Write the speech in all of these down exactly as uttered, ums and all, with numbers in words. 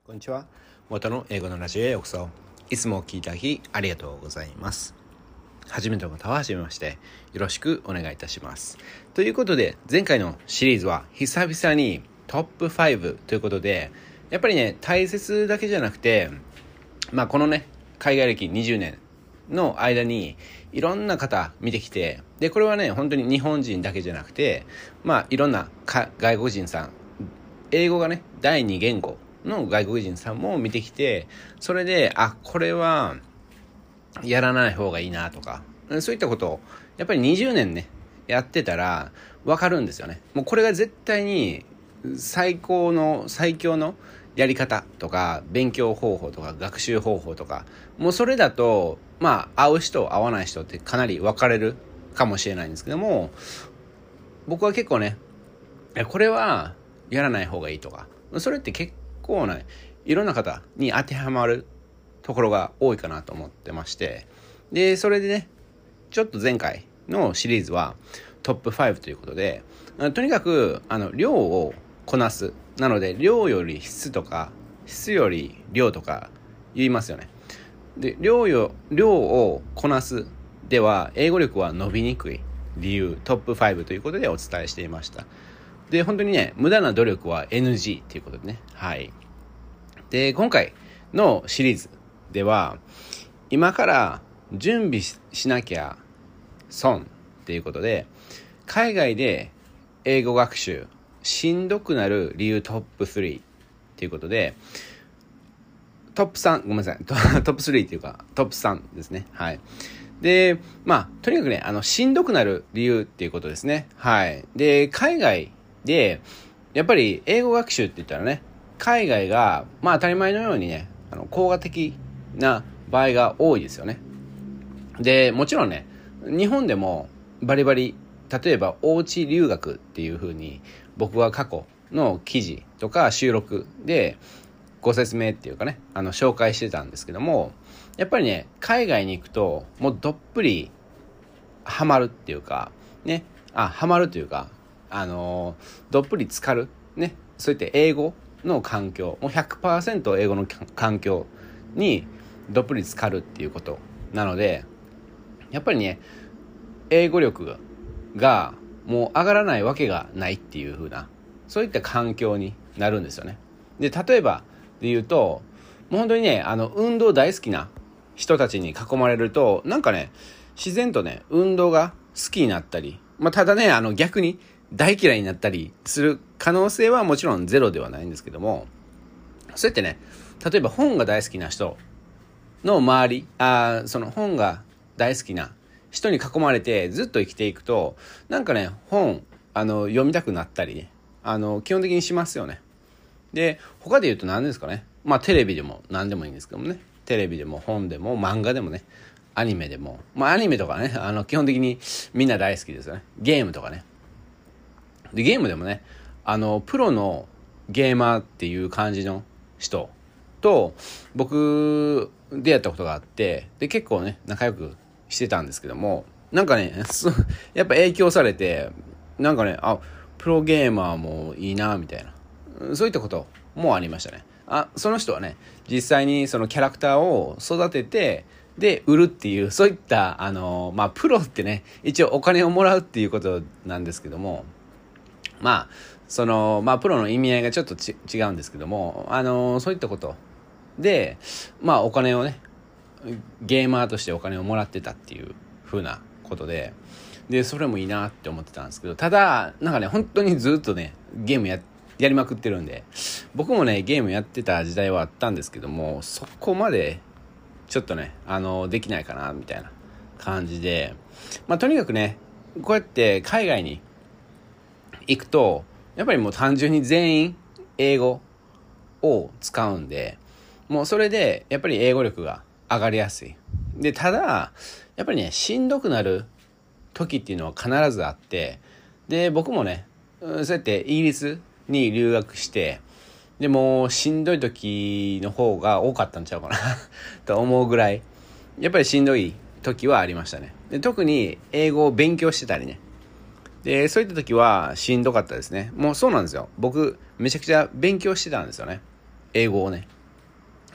こんにちは。元の英語のラジオへようこそ。いつも聞いた日ありがとうございます。初めての方は初めまして、よろしくお願いいたします。ということで、前回のシリーズは久々にトップごということで、やっぱりね、大切だけじゃなくて、まあこのね、海外歴にじゅうねんの間にいろんな方見てきて、でこれはね、本当に日本人だけじゃなくて、まあいろんな外国人さん、英語がね第二言語の外国人さんも見てきて、それであこれはやらない方がいいなとか、そういったことをやっぱりにじゅうねんねやってたら分かるんですよね。もうこれが絶対に最高の最強のやり方とか勉強方法とか学習方法とか、もうそれだとまあ合う人合わない人ってかなり分かれるかもしれないんですけども、僕は結構ねこれはやらない方がいいとか、それって結構ねいろんな方に当てはまるところが多いかなと思ってまして、でそれでねちょっと前回のシリーズはトップごということで、とにかくあの量をこなす、なので量より質とか質より量とか言いますよね。で量よ量をこなすでは英語力は伸びにくい理由トップごということでお伝えしていました。で本当にね無駄な努力は エヌジー ということでね、はい。で今回のシリーズでは今から準備しなきゃ損っていうことで、海外で英語学習しんどくなる理由トップさんっていうことで、トップさんごめんなさいトップさんっていうかトップさんですね。はい。でまあとにかくねあのしんどくなる理由っていうことですね。はい。で海外でやっぱり英語学習って言ったらね、海外がまあ当たり前のようにねあの効果的な場合が多いですよね。でもちろんね日本でもバリバリ、例えばおうち留学っていう風に僕は過去の記事とか収録でご説明っていうかねあの紹介してたんですけども、やっぱりね海外に行くともうどっぷりハマるっていうかね、あハマるというかあのどっぷり浸かるね、そういった英語の環境、もう ひゃくパーセント 英語の環境にどっぷり浸かるっていうことなので、やっぱりね英語力がもう上がらないわけがないっていう風な、そういった環境になるんですよね。で例えばで言うと、もう本当にねあの運動大好きな人たちに囲まれるとなんかね自然とね運動が好きになったり、まあ、ただねあの逆に大嫌いになったりする可能性はもちろんゼロではないんですけども、そうやってね例えば本が大好きな人の周り、あその本が大好きな人に囲まれてずっと生きていくと、なんかね本あの読みたくなったりねあの基本的にしますよね。で他で言うと何ですかね、まあテレビでも何でもいいんですけどもね、テレビでも本でも漫画でもねアニメでも、まあアニメとかねあの基本的にみんな大好きですよね。ゲームとかね。でゲームでもねあのプロのゲーマーっていう感じの人と僕出会ったことがあって、で結構ね仲良くしてたんですけども、なんかねやっぱ影響されて、なんかねあプロゲーマーもいいなみたいな、そういったこともありましたね。あその人はね実際にそのキャラクターを育ててで売るっていう、そういったあのまあプロってね一応お金をもらうっていうことなんですけども、まあそのまあプロの意味合いがちょっとち違うんですけども、あのそういったことでまあお金をねゲーマーとしてお金をもらってたっていう風なことで、でそれもいいなって思ってたんですけど、ただなんかね本当にずっとねゲームややりまくってるんで、僕もねゲームやってた時代はあったんですけども、そこまでちょっとねあのできないかなみたいな感じで、まあとにかくねこうやって海外に行くとやっぱりもう単純に全員英語を使うんで、もうそれでやっぱり英語力が上がりやすい。でただやっぱりねしんどくなる時っていうのは必ずあって、で僕もねそうやってイギリスに留学して、でもしんどい時の方が多かったんちゃうかなと思うぐらいやっぱりしんどい時はありましたね。で特に英語を勉強してたりね、でそういった時はしんどかったですね。もうそうなんですよ、僕めちゃくちゃ勉強してたんですよね、英語をね。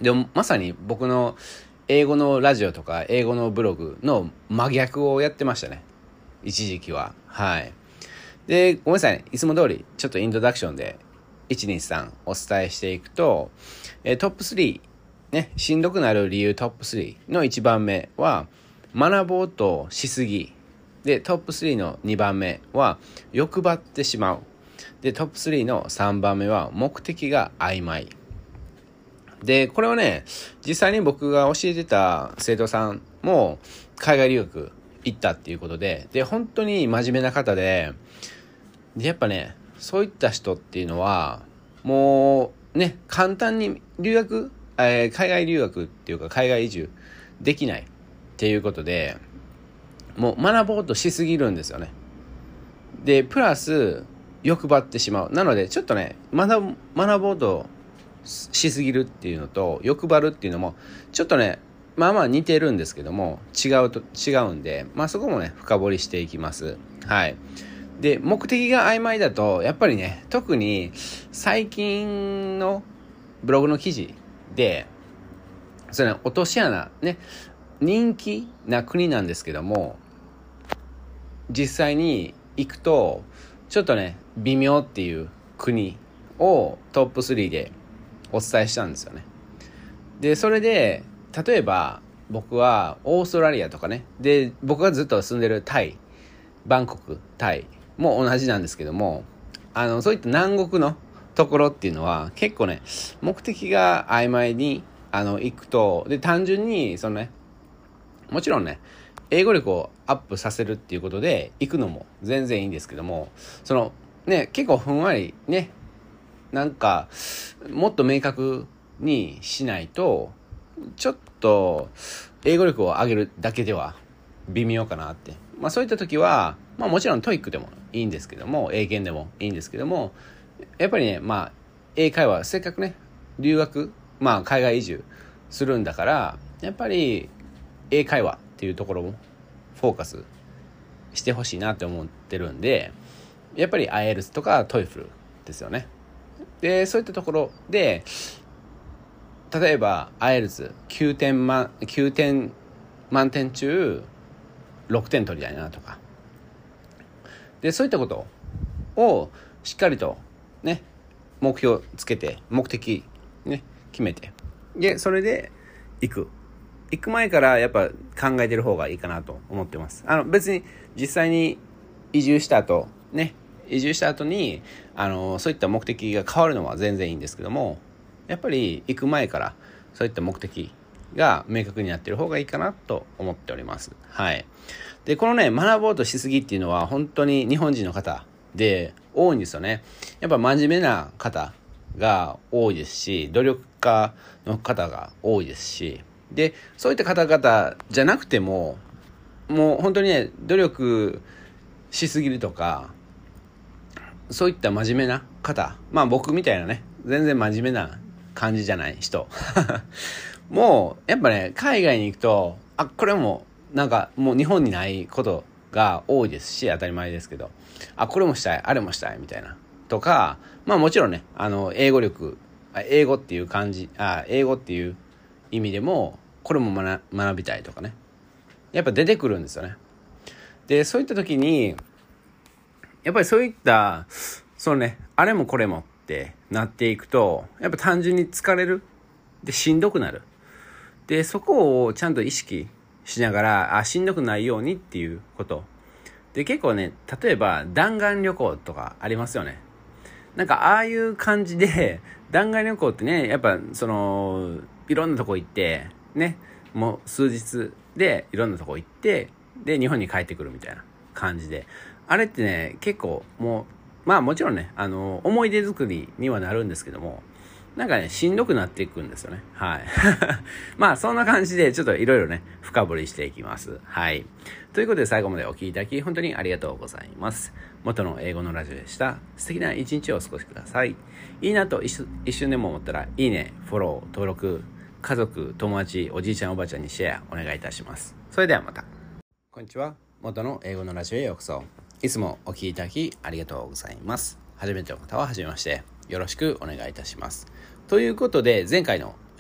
でもまさに僕の英語のラジオとか英語のブログの真逆をやってましたね、一時期は。はい。で、ごめんなさいね、いつも通りちょっとイントロダクションでいちにさんお伝えしていくと、えー、トップスリー、ね、しんどくなる理由トップスリーのいちばんめは学ぼうとしすぎで、トップスリーのにばんめは欲張ってしまうで、トップスリーのさんばんめは目的が曖昧で、これをね、実際に僕が教えてた生徒さんも海外留学行ったっていうことで、で、本当に真面目な方で、で、やっぱね、そういった人っていうのは、もうね、簡単に留学、えー、海外留学っていうか海外移住できないっていうことで、もう学ぼうとしすぎるんですよね。で、プラス欲張ってしまう。なので、ちょっとね、学、学ぼうとしすぎるっていうのと欲張るっていうのもちょっとね、まあまあ似てるんですけども違うと違うんで、まあそこもね深掘りしていきます。はい。で、目的が曖昧だとやっぱりね、特に最近のブログの記事でそれ、ね、落とし穴ね、人気な国なんですけども実際に行くとちょっとね微妙っていう国をトップスリーでお伝えしたんですよね。で、それで例えば僕はオーストラリアとかね、で僕がずっと住んでるタイ、バンコク、タイも同じなんですけども、あのそういった南国のところっていうのは結構ね目的が曖昧にあの行くと、で単純にそのね、もちろんね英語力をアップさせるっていうことで行くのも全然いいんですけども、そのね結構ふんわりね、なんかもっと明確にしないとちょっと英語力を上げるだけでは微妙かなって、まあそういった時はまあもちろんトイックでもいいんですけども、英検でもいいんですけども、やっぱりね、まあ英会話せっかくね留学、まあ海外移住するんだからやっぱり英会話っていうところもフォーカスしてほしいなって思ってるんで、やっぱり アイエルツ とか トイフル ですよね。で、そういったところで例えば アイエルツきゅうてん満きゅうてん満点中ろくてん取りたいなとか、でそういったことをしっかりとね目標つけて目的ね決めて、でそれで行く行く前からやっぱ考えてる方がいいかなと思ってます。あの別に実際に移住した後ね移住した後にあのそういった目的が変わるのは全然いいんですけども、やっぱり行く前からそういった目的が明確になっている方がいいかなと思っております。はい。で、このね学ぼうとしすぎっていうのは本当に日本人の方で多いんですよね。やっぱ真面目な方が多いですし、努力家の方が多いですし、でそういった方々じゃなくてももう本当にね努力しすぎるとか、そういった真面目な方、まあ僕みたいなね全然真面目な感じじゃない人もうやっぱね海外に行くと、あこれもなんかもう日本にないことが多いですし当たり前ですけど、あこれもしたいあれもしたいみたいなとか、まあもちろんねあの英語力英語っていう感じあ英語っていう意味でもこれも 学, 学びたいとかねやっぱ出てくるんですよね。でそういった時にやっぱりそういったそのねあれもこれもってなっていくとやっぱ単純に疲れるでしんどくなる。でそこをちゃんと意識しながらあしんどくないようにっていうことで、結構ね例えば弾丸旅行とかありますよね。なんかああいう感じで弾丸旅行ってねやっぱそのいろんなとこ行ってねもう数日でいろんなとこ行ってで日本に帰ってくるみたいな感じで、あれってね結構もうまあもちろんねあの思い出作りにはなるんですけども、なんかねしんどくなっていくんですよね。はいまあそんな感じでちょっといろいろね深掘りしていきます。はい、ということで最後までお聞きいただき本当にありがとうございます。元の英語のラジオでした。素敵な一日をお過ごしください。いいなと一瞬でも思ったらいいね、フォロー、登録、家族、友達、おじいちゃんおばあちゃんにシェアお願いいたします。それではまた。こんにちは。元の英語のラジオへようこそ。いつもお聞きいただきありがとうございます。初めての方は初めましてよろしくお願いいたします。ということで前回の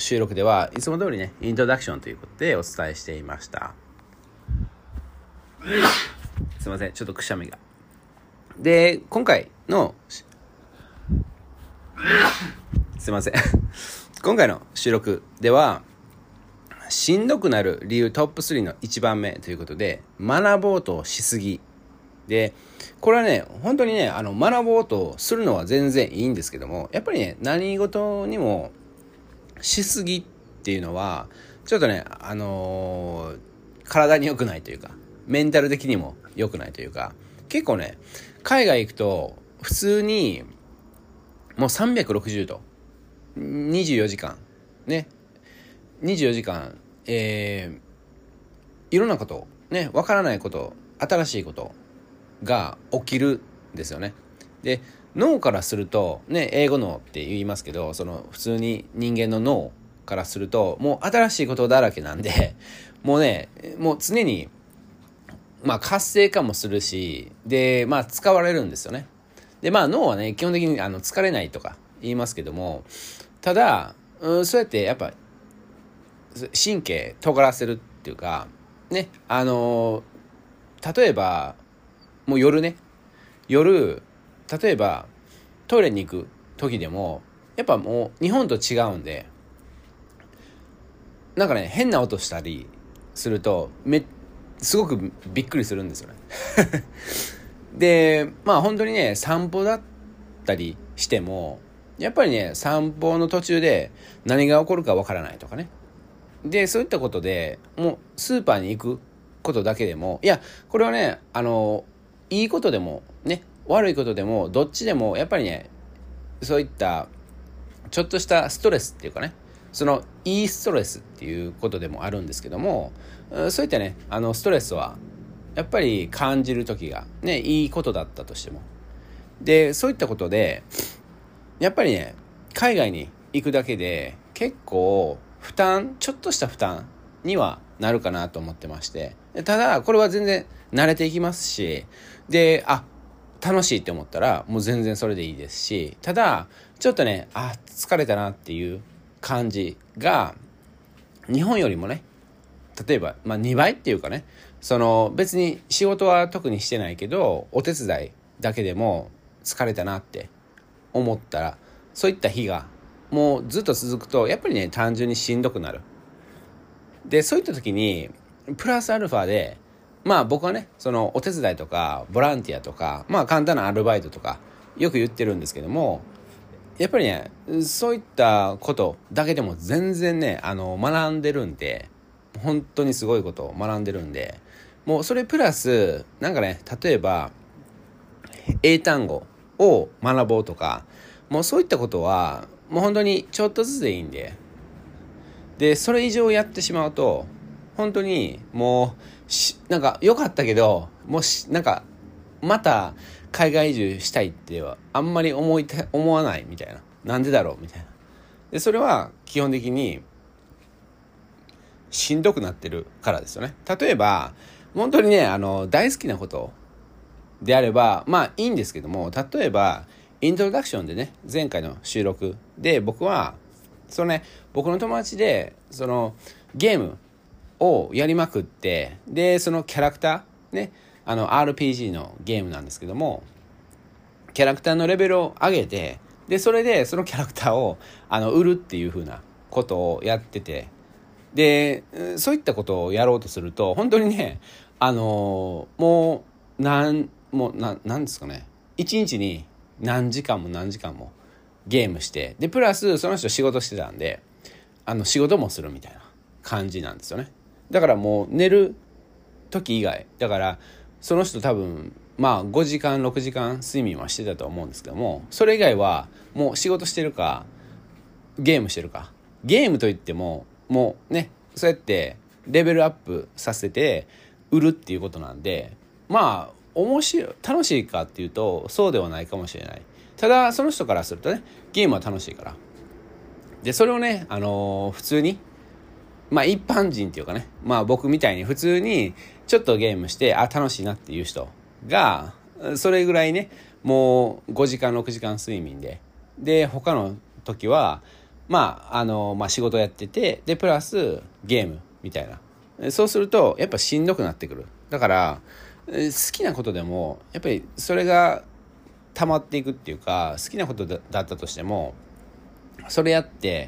収録ではいつも通りねイントロダクションということでお伝えしていました。すいません、ちょっとくしゃみが。で今回のすいません今回の収録ではしんどくなる理由トップスリーのいちばんめということで、学ぼうとしすぎで、これはね本当にねあの学ぼうとするのは全然いいんですけども、やっぱりね何事にもしすぎっていうのはちょっとねあのー、体に良くないというか、メンタル的にも良くないというか、結構ね海外行くと普通にもうさんびゃくろくじゅうどにじゅうよじかんねにじゅうよじかん、えー、いろんなことね、わからないこと、新しいことが起きるんですよね。で脳からするとね、英語脳って言いますけど、その普通に人間の脳からするともう新しいことだらけなんで、もうねもう常にまあ活性化もするし、でまあ使われるんですよね。でまあ脳はね基本的にあの疲れないとか言いますけども、ただ、うん、そうやってやっぱ神経尖らせるっていうかね、あの例えばもう夜ね夜例えばトイレに行く時でもやっぱもう日本と違うんで、なんかね変な音したりするとめすごくびっくりするんですよねでまあ本当にね散歩だったりしてもやっぱりね散歩の途中で何が起こるかわからないとかね、でそういったことでもうスーパーに行くことだけでも、いやこれはねあのいいことでもね悪いことでもどっちでもやっぱりねそういったちょっとしたストレスっていうかね、そのいいストレスっていうことでもあるんですけども、そういったねあのストレスはやっぱり感じる時がねいいことだったとしても、でそういったことでやっぱりね海外に行くだけで結構負担ちょっとした負担にはなるかなと思ってまして、ただこれは全然慣れていきますし、であ楽しいって思ったらもう全然それでいいですし、ただちょっとねあ疲れたなっていう感じが日本よりもね例えば、まあ、にばいっていうかね、その別に仕事は特にしてないけどお手伝いだけでも疲れたなって思ったら、そういった日がもうずっと続くとやっぱりね単純にしんどくなる。でそういった時にプラスアルファでまあ僕はねそのお手伝いとかボランティアとかまあ簡単なアルバイトとかよく言ってるんですけども、やっぱりねそういったことだけでも全然ねあの学んでるんで、本当にすごいことを学んでるんで、もうそれプラスなんかね例えば英単語を学ぼうとか、もうそういったことはもう本当にちょっとずつでいいんで、でそれ以上やってしまうと本当にもうしなんか良かったけどもうしなんかまた海外移住したいってはあんまり思いた思わないみたいな、なんでだろうみたいな。でそれは基本的にしんどくなってるからですよね。例えば本当にねあの大好きなことであればまあいいんですけども、例えばイントロダクションでね前回の収録で僕はそのね僕の友達でそのゲームをやりまくって、でそのキャラクターねあの アールピージー のゲームなんですけども、キャラクターのレベルを上げて、でそれでそのキャラクターをあの売るっていう風なことをやってて、でそういったことをやろうとすると本当にねあのもうなんもうななんですかね一日に何時間も何時間もゲームして、でプラスその人仕事してたんであの仕事もするみたいな感じなんですよね。だからもう寝る時以外だからその人多分まあごじかんろくじかん睡眠はしてたと思うんですけども、それ以外はもう仕事してるかゲームしてるか、ゲームといってももうねそうやってレベルアップさせて売るっていうことなんで、まあ面白い楽しいかっていうとそうではないかもしれない。ただその人からするとねゲームは楽しいから、でそれをねあのー、普通にまあ一般人っていうかね、まあ僕みたいに普通にちょっとゲームしてあ楽しいなっていう人がそれぐらいねもうごじかんろくじかん睡眠で、で他の時はまあ、あの、まあ仕事やってて、で、プラスゲームみたいな。そうすると、やっぱしんどくなってくる。だから、好きなことでも、やっぱりそれが溜まっていくっていうか、好きなことだったとしても、それやって、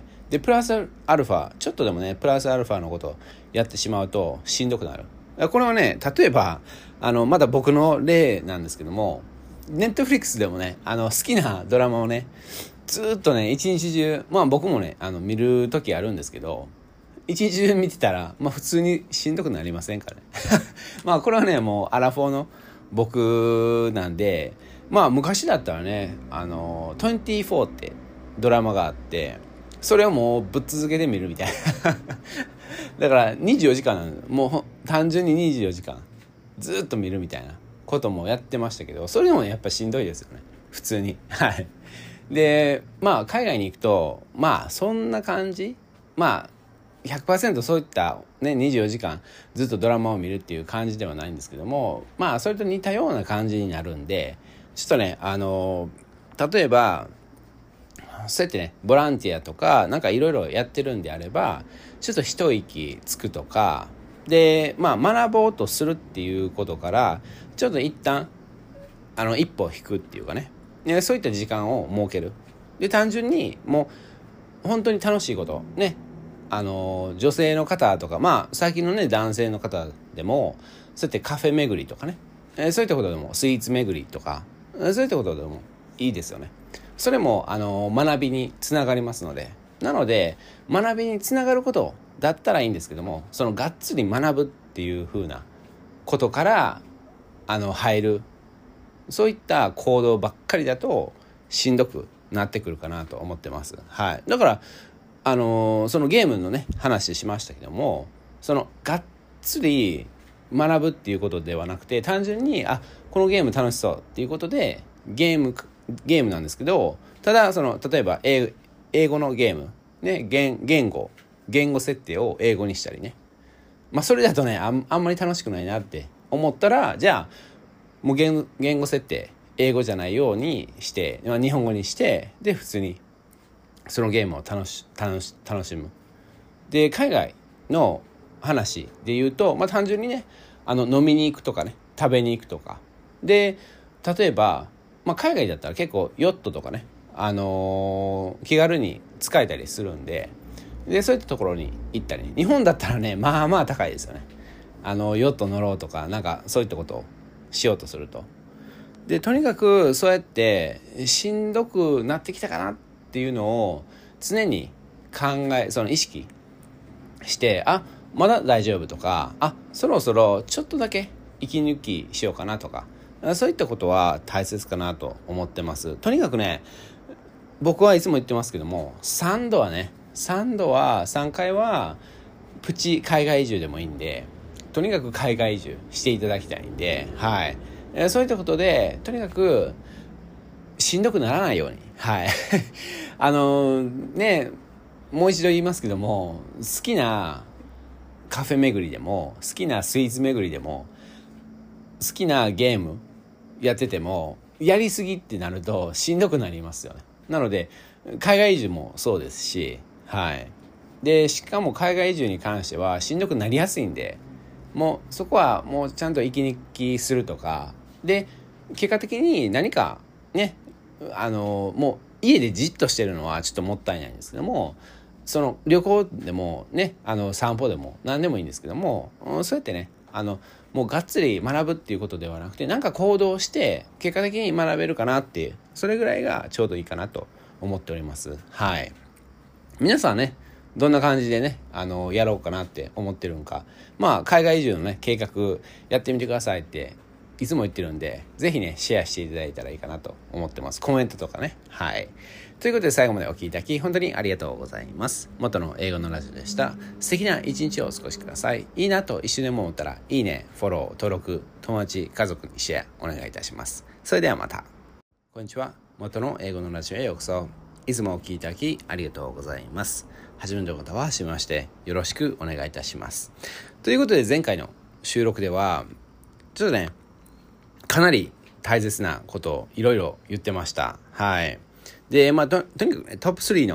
で、プラスアルファ、ちょっとでもね、プラスアルファのことやってしまうとしんどくなる。これはね、例えば、あの、まだ僕の例なんですけども、ネットフリックスでもね、あの、好きなドラマをね、ずっとね、一日中、まあ僕もね、あの、見るときあるんですけど、一日中見てたら、まあ普通にしんどくなりませんかね。まあこれはね、もうアラフォーの僕なんで、まあ昔だったらね、あの、にじゅうよんってドラマがあって、それをもうぶっ続けで見るみたいな。だからにじゅうよじかんなの、もう単純ににじゅうよじかんずっと見るみたいなこともやってましたけど、それでもやっぱしんどいですよね、普通に。はい。で、まあ海外に行くと、まあそんな感じ、まあひゃくパーセント そういったねにじゅうよじかんずっとドラマを見るっていう感じではないんですけども、まあそれと似たような感じになるんで、ちょっとね、あの例えばそうやってね、ボランティアとかなんかいろいろやってるんであれば、ちょっと一息つくとかで、まあ学ぼうとするっていうことからちょっと一旦あの一歩引くっていうかね、そういった時間を設ける。で、単純にもう本当に楽しいことね、あの女性の方とか、まあ最近のね男性の方でもそうやってカフェ巡りとかね、そういったことでもスイーツ巡りとか、そういったことでもいいですよね。それもあの学びにつながりますので、なので学びにつながることだったらいいんですけども、そのがっつり学ぶっていう風なことからあの入る、そういった行動ばっかりだとしんどくなってくるかなと思ってます。はい。だからあのそのゲームのね話しましたけども、そのがっつり学ぶっていうことではなくて、単純にあこのゲーム楽しそうっていうことでゲームゲームなんですけど、ただその例えば英英語のゲームね、言言語言語設定を英語にしたりね、まあそれだとねあん、あんまり楽しくないなって思ったら、じゃあもう言言語設定英語じゃないようにして、まあ、日本語にして、で普通にそのゲームを楽し楽し楽しむ。で、海外の話で言うと、まあ単純にね、あの飲みに行くとかね、食べに行くとかで、例えば、まあ、海外だったら結構ヨットとかね、あのー、気軽に使えたりするんで、でそういったところに行ったり、日本だったらねまあまあ高いですよね。あのヨット乗ろうとか、なんかそういったことをしようとすると、でとにかくそうやってしんどくなってきたかなっていうのを常に考え、その意識して、あまだ大丈夫とか、あそろそろちょっとだけ息抜きしようかなとか、そういったことは大切かなと思ってます。とにかくね、僕はいつも言ってますけども、さんどはね、さんどはさんかいはプチ海外移住でもいいんで、とにかく海外移住していただきたいんで、はい、えー、そういったことでとにかくしんどくならないように、はいあのー、ねもう一度言いますけども、好きなカフェ巡りでも好きなスイーツ巡りでも好きなゲームやってても、やりすぎってなるとしんどくなりますよね。なので海外移住もそうですし、はい。でしかも海外移住に関してはしんどくなりやすいんで、もうそこはもうちゃんと息抜きするとかで、結果的に何かね、あのもう家でじっとしてるのはちょっともったいないんですけども、その旅行でもね、あの散歩でも何でもいいんですけども、そうやってね、あのもうがっつり学ぶっていうことではなくて、なんか行動して結果的に学べるかなっていう、それぐらいがちょうどいいかなと思っております。はい。皆さんね、どんな感じでね、あのやろうかなって思ってるんか、まあ海外移住のね計画やってみてくださいっていつも言ってるんで、ぜひねシェアしていただいたらいいかなと思ってます。コメントとかね。はい。ということで最後までお聞きいただき本当にありがとうございます。元の英語のラジオでした。素敵な一日をお過ごしください。いいなと一瞬でも思ったらいいね、フォロー、登録、友達、家族にシェアお願いいたします。それではまた。こんにちは。元の英語のラジオへようこそ。いつもお聞きいただきありがとうございます。初めての方は初めましてよろしくお願いいたします。ということで前回の収録ではちょっとね、かなり大切なことをいろいろ言ってました。はい。で、まあと、とにかくね、トップスリーの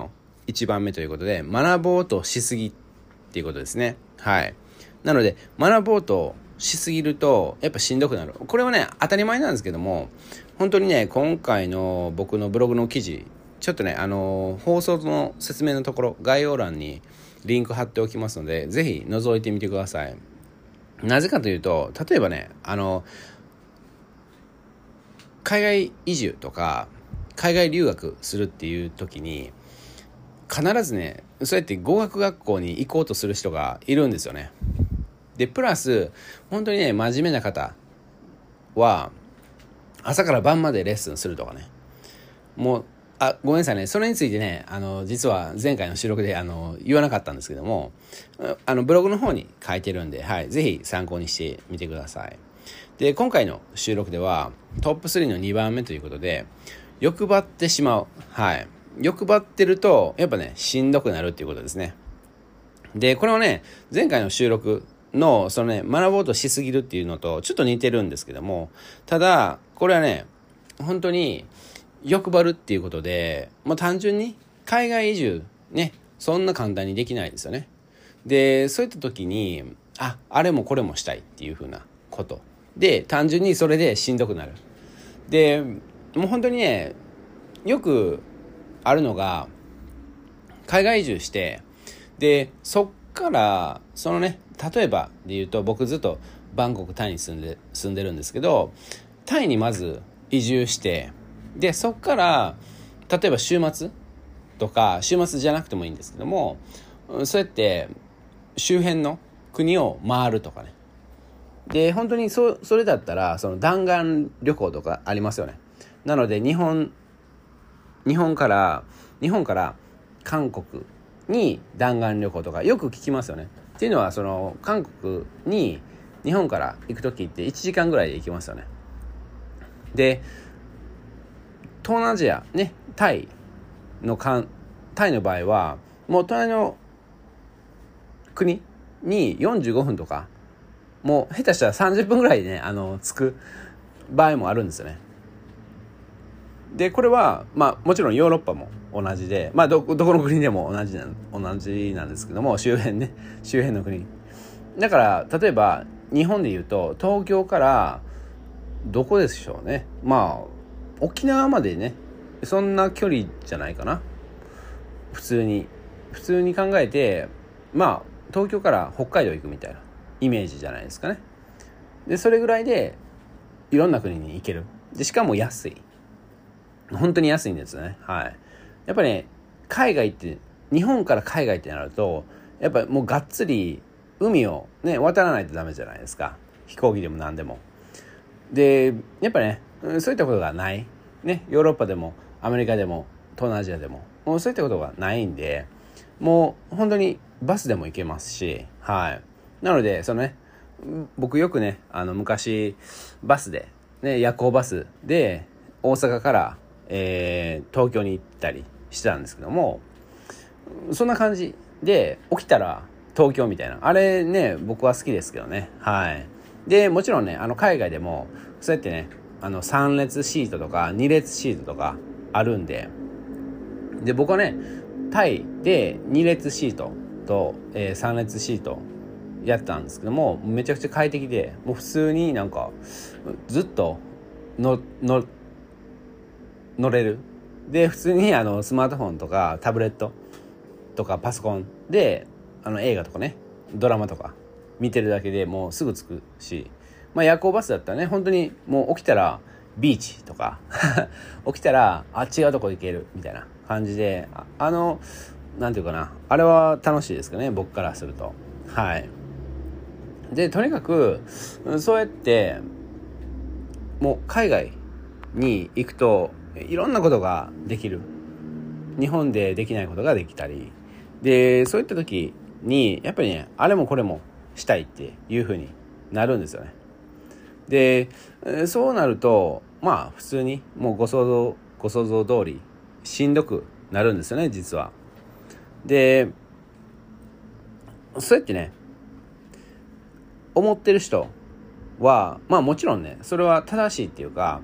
いちばんめということで、学ぼうとしすぎっていうことですね。はい。なので、学ぼうとしすぎると、やっぱしんどくなる。これはね、当たり前なんですけども、本当にね、今回の僕のブログの記事、ちょっとね、あの、放送の説明のところ、概要欄にリンク貼っておきますので、ぜひ覗いてみてください。なぜかというと、例えばね、あの、海外移住とか、海外留学するっていう時に、必ずね、そうやって語学学校に行こうとする人がいるんですよね。で、プラス、本当にね、真面目な方は、朝から晩までレッスンするとかね。もう、あ、ごめんなさいね。それについてね、あの、実は前回の収録で、あの、言わなかったんですけども、あの、ブログの方に書いてるんで、はい、ぜひ参考にしてみてください。で、今回の収録では、トップスリーのにばんめということで、欲張ってしまう。はい。欲張ってると、やっぱね、しんどくなるっていうことですね。で、これはね、前回の収録の、そのね、学ぼうとしすぎるっていうのと、ちょっと似てるんですけども、ただ、これはね、本当に、欲張るっていうことで、まあ単純に、海外移住、ね、そんな簡単にできないですよね。で、そういった時に、あ、あれもこれもしたいっていう風なこと。で、単純にそれでしんどくなる。で、もう本当にね、よくあるのが、海外移住して、で、そっから、そのね、例えばで言うと、僕ずっとバンコク、タイに住んで、住んでるんですけど、タイにまず移住して、で、そっから、例えば週末とか、週末じゃなくてもいいんですけども、そうやって周辺の国を回るとかね。で、本当にそ、それだったら、その弾丸旅行とかありますよね。なので、日本、日本から、日本から韓国に弾丸旅行とかよく聞きますよね。っていうのは、その、韓国に日本から行くときっていちじかんぐらいで行きますよね。で、東南アジア、ね、タイのかん、タイの場合は、もう隣の国によんじゅうごふんとか、もう下手したらさんじゅっぷんぐらいでね、あの、着く場合もあるんですよね。で、これは、まあ、もちろんヨーロッパも同じで、まあ、ど、どこの国でも同じな、同じなんですけども、周辺ね、周辺の国。だから、例えば、日本で言うと、東京から、どこでしょうね。まあ、沖縄までね、そんな距離じゃないかな。普通に。普通に考えて、まあ、東京から北海道行くみたいなイメージじゃないですかね。で、それぐらいで、いろんな国に行ける。で、しかも安い。本当に安いんですよね。はい。やっぱりね、海外って、日本から海外ってなると、やっぱりもうがっつり海をね、渡らないとダメじゃないですか。飛行機でも何でも。で、やっぱね、そういったことがない。ね、ヨーロッパでも、アメリカでも、東南アジアでも、もうそういったことがないんで、もう本当にバスでも行けますし、はい。なので、そのね、僕よくね、あの、昔、バスで、ね、夜行バスで、大阪から、えー、東京に行ったりしてたんですけども、そんな感じで、起きたら東京みたいな。あれね、僕は好きですけどね。はい。で、もちろんね、あの、海外でも、そうやってね、あの、さん列シートとか、に列シートとかあるんで、で、僕はね、タイでに列シートと、えー、さん列シートやってたんですけども、めちゃくちゃ快適で、もう普通になんか、ずっとの、の、乗れる。で、普通にあの、スマートフォンとか、タブレットとか、パソコンで、あの、映画とかね、ドラマとか、見てるだけでもうすぐ着くし、まあ夜行バスだったらね、本当にもう起きたらビーチとか起きたらあ違うとこ行けるみたいな感じで、あ、あのなんていうかな、あれは楽しいですかね、僕からすると。はい。で、とにかくそうやってもう海外に行くといろんなことができる。日本でできないことができたりで、そういった時にやっぱりね、あれもこれもしたいっていう風になるんですよね。で、そうなるとまあ普通にもうご想像ご想像通りしんどくなるんですよね、実は。で、そうやってね思ってる人はまあもちろんね、それは正しいっていうか、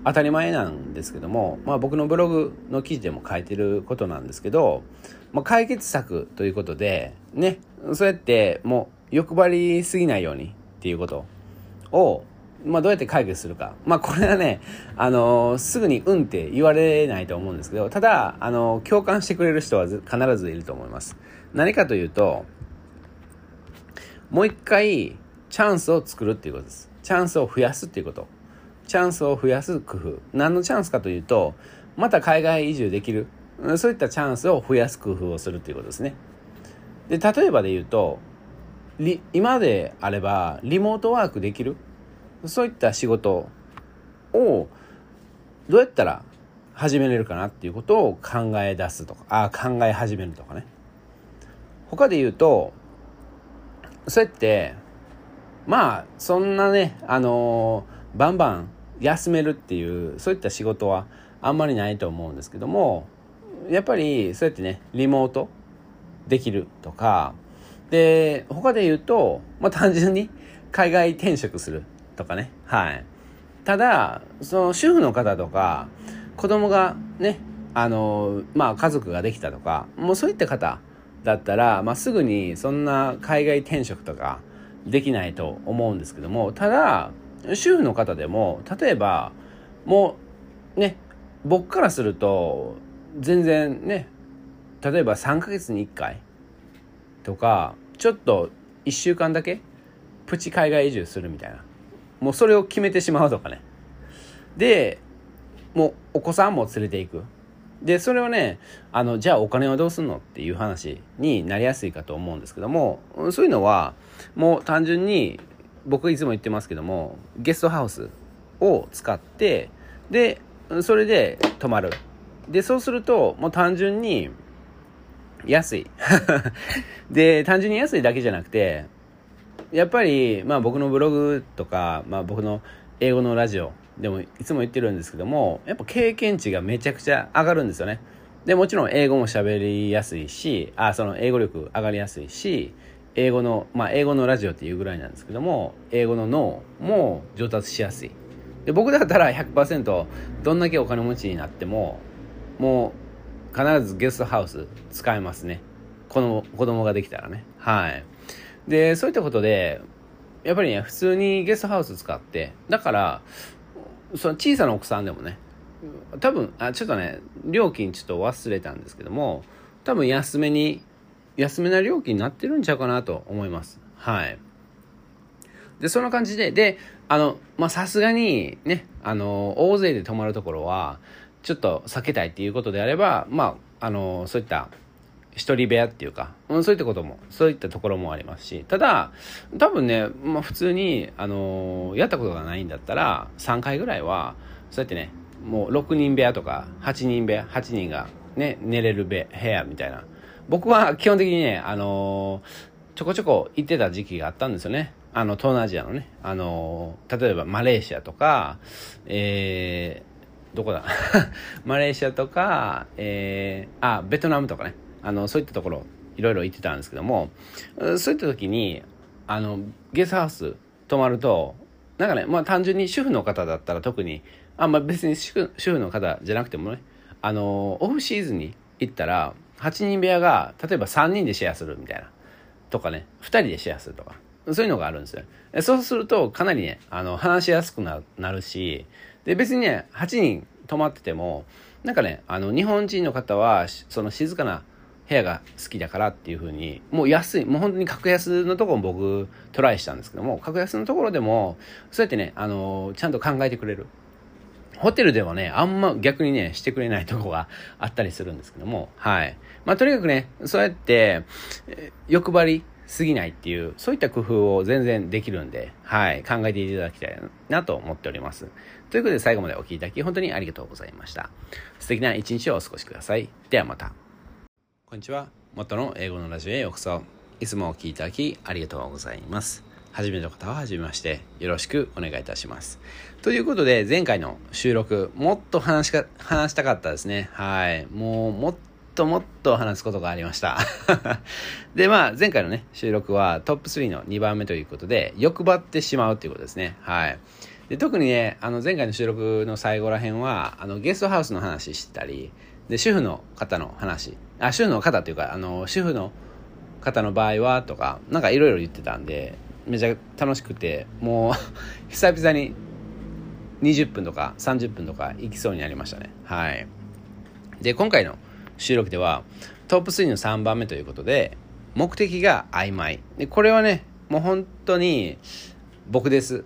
当たり前なんですけども、まあ、僕のブログの記事でも書いてることなんですけど、まあ、解決策ということでね、そうやってもう欲張りすぎないようにっていうことを、まあ、どうやって解決するか、まあ、これはね、あのー、すぐにうんって言われないと思うんですけど、ただ、あのー、共感してくれる人は必ずいると思います。何かというと、もう一回チャンスを作るっていうことです。チャンスを増やすっていうこと。チャンスを増やす工夫。何のチャンスかというと、また海外移住できる。そういったチャンスを増やす工夫をするということですね。で、例えばで言うと、今であればリモートワークできる。そういった仕事をどうやったら始めれるかなっていうことを考え出すとか、あ考え始めるとかね。他で言うと、そうやってまあそんなね、あのー、バンバン休めるっていうそういった仕事はあんまりないと思うんですけども、やっぱりそうやってねリモートできるとかで、他で言うと、まあ、単純に海外転職するとかね。はい。ただその主婦の方とか子供がね、あのまあ家族ができたとか、もうそういった方だったら、まあ、すぐにそんな海外転職とかできないと思うんですけども、ただ主婦の方でも例えばもうね、僕からすると全然ね、例えばさんかげつにいっかいとかちょっといっしゅうかんだけプチ海外移住するみたいな、もうそれを決めてしまうとかね。でもうお子さんも連れていく。でそれをね、あのじゃあお金はどうすんのっていう話になりやすいかと思うんですけども、そういうのはもう単純に僕いつも言ってますけども、ゲストハウスを使ってでそれで泊まる。でそうするともう単純に安いで単純に安いだけじゃなくて、やっぱりまあ僕のブログとか、まあ、僕の英語のラジオでもいつも言ってるんですけども、やっぱ経験値がめちゃくちゃ上がるんですよね。でもちろん英語も喋りやすいし、あその英語力上がりやすいし、英語のまあ英語のラジオっていうぐらいなんですけども、英語の脳も上達しやすい。で僕だったら ひゃくパーセント どんだけお金持ちになってももう必ずゲストハウス使えますね。この子供ができたらね。はい。でそういったことでやっぱりね、普通にゲストハウス使って、だからその小さなお子さんでもね、多分あちょっとね料金ちょっと忘れたんですけども、多分安めに安めな料金になってるんちゃうかなと思います。はい。でそんな感じでであのまあさすがにね、あの大勢で泊まるところはちょっと避けたいっていうことであれば、まああのそういった一人部屋っていうか、うん、そういったこともそういったところもありますし、ただ多分ね、まあ、普通に、あのー、やったことがないんだったらさんかいぐらいはそうやってね、もうろくにん部屋とかはちにん部屋はちにんがね寝れる部屋みたいな、僕は基本的にね、あのー、ちょこちょこ行ってた時期があったんですよね。あの東南アジアのね、あのー、例えばマレーシアとか、えー、どこだマレーシアとか、えー、あベトナムとかね、あのそういったところいろいろ行ってたんですけども、そういった時にあのゲストハウス泊まるとなんかね、まあ単純に主婦の方だったら特にあ、まあ、別に主婦、主婦の方じゃなくてもね、あのオフシーズンに行ったらはちにん部屋が例えばさんにんでシェアするみたいなとかね、ふたりでシェアするとか、そういうのがあるんですよ。そうするとかなりね、あの話しやすくなるし、で別にねはちにん泊まっててもなんかね、あの日本人の方はその静かな部屋が好きだからっていう風に、もう安い、もう本当に格安のところも僕トライしたんですけども、格安のところでもそうやってね、あのちゃんと考えてくれる。ホテルではね、あんま逆にねしてくれないところがあったりするんですけども、はい。まあとにかくね、そうやって欲張りすぎないっていう、そういった工夫を全然できるんで、はい、考えていただきたいなと思っております。ということで最後までお聞きいただき本当にありがとうございました。素敵な一日をお過ごしください。ではまた。こんにちは。元の英語のラジオへようこそ。いつもお聞きいただきありがとうございます。初めての方は初めまして、よろしくお願いいたします。ということで前回の収録、もっと話しか話したかったですね。はい。もうもっともっと話すことがありましたでまあ前回のね収録はトップスリーのにばんめということで、欲張ってしまうということですね。はい。 で特にねあの前回の収録の最後らへんはあのゲストハウスの話してたりで主婦の方の話あ主婦の方っていうかあの主婦の方の場合はとかなんかいろいろ言ってたんでめちゃ楽しくてもう久々ににじゅっぷんとかさんじゅっぷんとか行きそうになりましたね。はい。で今回の収録ではトップスリーのさんばんめということで目的が曖昧でこれはねもう本当に僕です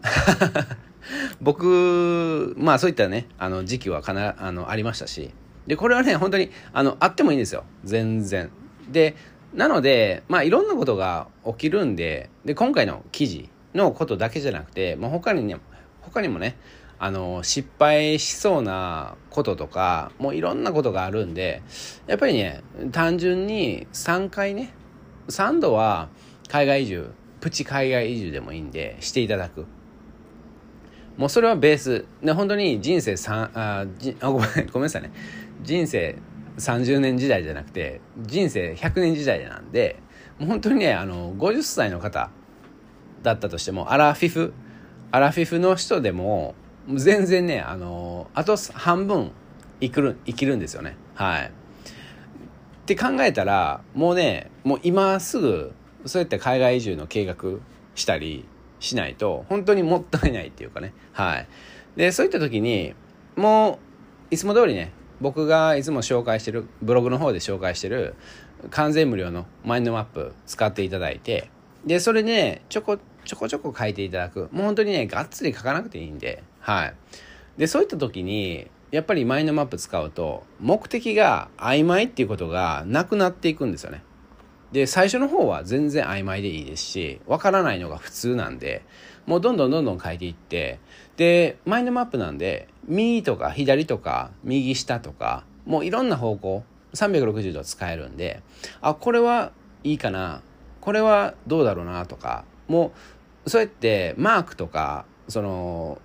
僕まあそういったねあの時期はかなあのありましたしでこれはね本当にあのあってもいいんですよ全然でなのでまあいろんなことが起きるんでで今回の記事のことだけじゃなくて、まあ、他にね他にもねあの失敗しそうなこととかもういろんなことがあるんでやっぱりね単純にさんかいねさんどは海外移住プチ海外移住でもいいんでしていただくもうそれはベースで本当に人生さんあじあごめんごめんなさいね人生さんじゅうねん時代じゃなくて人生ひゃくねん時代なんでもう本当にねあのごじゅっさいの方だったとしてもアラフィフアラフィフの人でも全然ねあのあと半分生きる生きるんですよね。はいって考えたらもうねもう今すぐそうやって海外移住の計画したりしないと本当にもったいないっていうかね。はいでそういった時にもういつも通りね僕がいつも紹介してるブログの方で紹介してる完全無料のマインドマップ使っていただいてでそれで、ね、ちょこちょこちょこ書いていただくもう本当にねがっつり書かなくていいんで、はい、でそういった時にやっぱりマインドマップ使うと目的が曖昧っていうことがなくなっていくんですよね。で最初の方は全然曖昧でいいですしわからないのが普通なんでもうどんどんどんどん書いていってでマインドマップなんで右とか左とか右下とかもういろんな方向さんびゃくろくじゅうど使えるんであこれはいいかなこれはどうだろうなとかもうそうやってマークとかその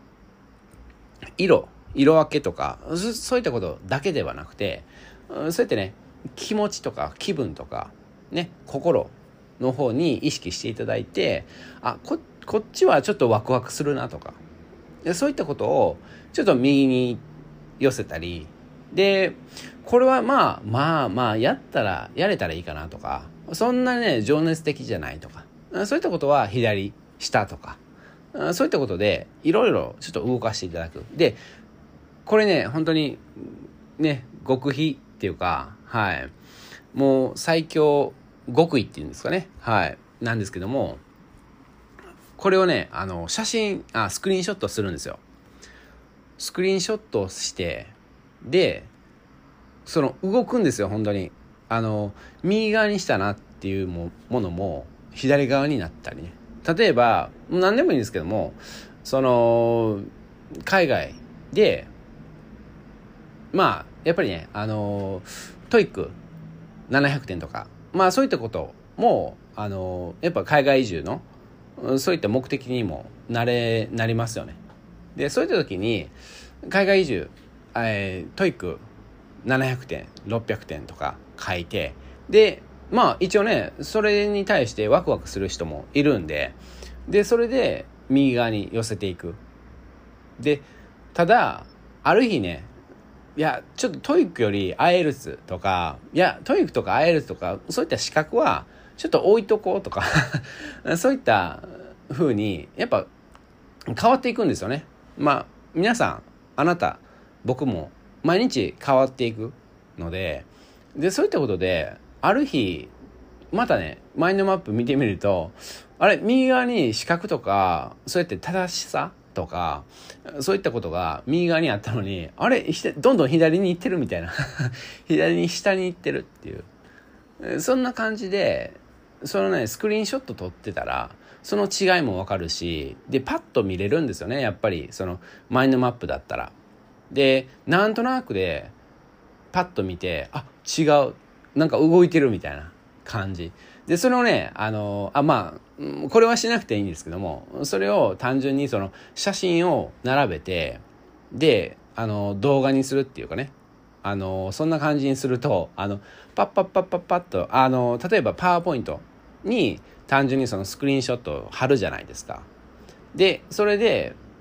色色分けとかそ、そういったことだけではなくてそうやってね気持ちとか気分とかね心の方に意識していただいてあ こ, こっちはちょっとワクワクするなとかでそういったことをちょっと右に寄せたりでこれはまあまあまあやったらやれたらいいかなとかそんなね情熱的じゃないとかそういったことは左下とかそういったことでいろいろちょっと動かしていただくでこれね本当にね極秘っていうかはいもう最強極意っていうんですかねはいなんですけどもこれをねあの写真あスクリーンショットするんですよ。スクリーンショットしてでその動くんですよ本当にあの右側にしたなっていうものも左側になったりね例えば何でもいいんですけどもその海外でまあやっぱりねあのトイックななひゃくてんとかまあそういったこともあのやっぱ海外移住のそういった目的にもなれなりますよね。でそういった時に海外移住、えー、トイックななひゃくてんろっぴゃくてんとか書いてでまあ一応ねそれに対してワクワクする人もいるんででそれで右側に寄せていくでただある日ねいやちょっとトイックより アイエルツ とかいやトイックとか アイエルツ とかそういった資格はちょっと置いとこうとかそういった風にやっぱ変わっていくんですよね。まあ皆さんあなた僕も毎日変わっていくのででそういったことである日またねマインドマップ見てみるとあれ右側に資格とかそうやって正しさとかそういったことが右側にあったのにあれどんどん左に行ってるみたいな左に下に行ってるっていうそんな感じでそのねスクリーンショット撮ってたらその違いも分かるしでパッと見れるんですよねやっぱりそのマインドマップだったらでなんとなくでパッと見てあ違うなんか動いてるみたいな感じでそれをねあのあまあこれはしなくていいんですけどもそれを単純にその写真を並べてであの動画にするっていうかねあのそんな感じにするとあのパッパッパッパッパッとあの例えばパワーポイントに単純にそのスクリーンショットを貼るじゃないですか。でそれで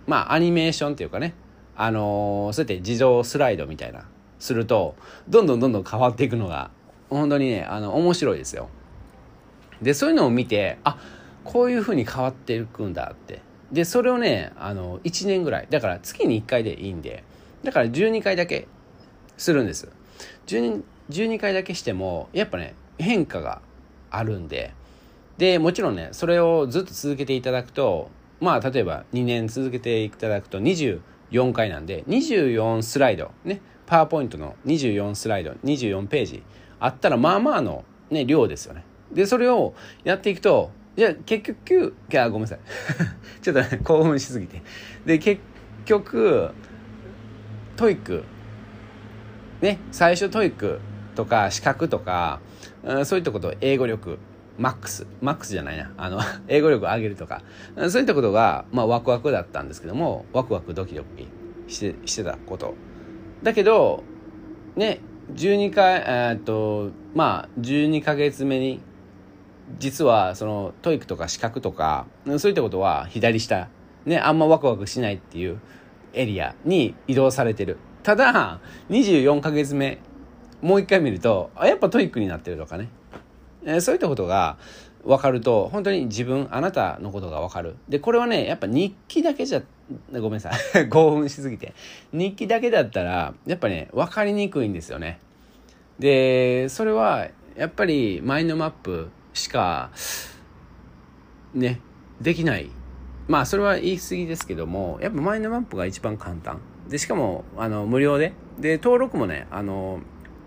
まあアニメーションっていうかね、あのー、そうやって自動スライドみたいなするとどんどんどんどん変わっていくのが本当にね、あの面白いですよ。でそういうのを見て、あ、こういう風に変わっていくんだって。でそれをね、あのいちねんぐらいだから月にいっかいでいいんで、だからじゅうにかいだけするんです。じゅうに、じゅうにかいだけしてもやっぱね変化があるんで、でもちろんねそれをずっと続けていただくと、まあ例えばにねん続けていただくとにじゅうよんかいなんでにじゅうよんスライドね、パワーポイントのにじゅうよんスライドにじゅうよんページあったらまあまあのね量ですよね。でそれをやっていくと、いや結局いやごめんなさいちょっと、ね、興奮しすぎて、で結局トイックね、最初トイックとか資格とか、うん、そういったことを英語力マックスマックスじゃないな、あの英語力上げるとか、そういったことがまあワクワクだったんですけども、ワクワクドキドキしてしてたことだけどね、じゅうにかいえー、っとまあじゅうにかげつめに実はそのトイックとか資格とかそういったことは左下ね、あんまワクワクしないっていうエリアに移動されてる。ただにじゅうよんかげつめもう一回見ると、あ、やっぱトイックになってるとかね、えー、そういったことが分かると本当に自分あなたのことが分かる。でこれはねやっぱ日記だけじゃごめんなさい興奮しすぎて日記だけだったらやっぱね分かりにくいんですよね。でそれはやっぱりマインドマップしかねできない。まあそれは言い過ぎですけども、やっぱマインドマップが一番簡単で、しかもあの無料で、で登録もね、あの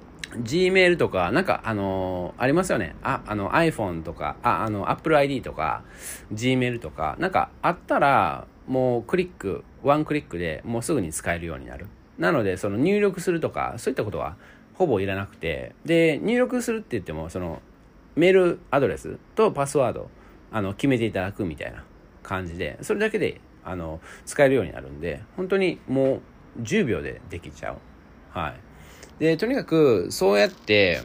Gmail とかなんかあのありますよね。ああの iPhone とかああの Apple アイディー とか Gmail とかなんかあったらもうクリックワンクリックでもうすぐに使えるようになる。なのでその入力するとかそういったことはほぼいらなくて、で入力するって言ってもそのメールアドレスとパスワードあの決めていただくみたいな感じで、それだけであの使えるようになるんで、本当にもうじゅうびょうでできちゃう。はい。でとにかくそうやって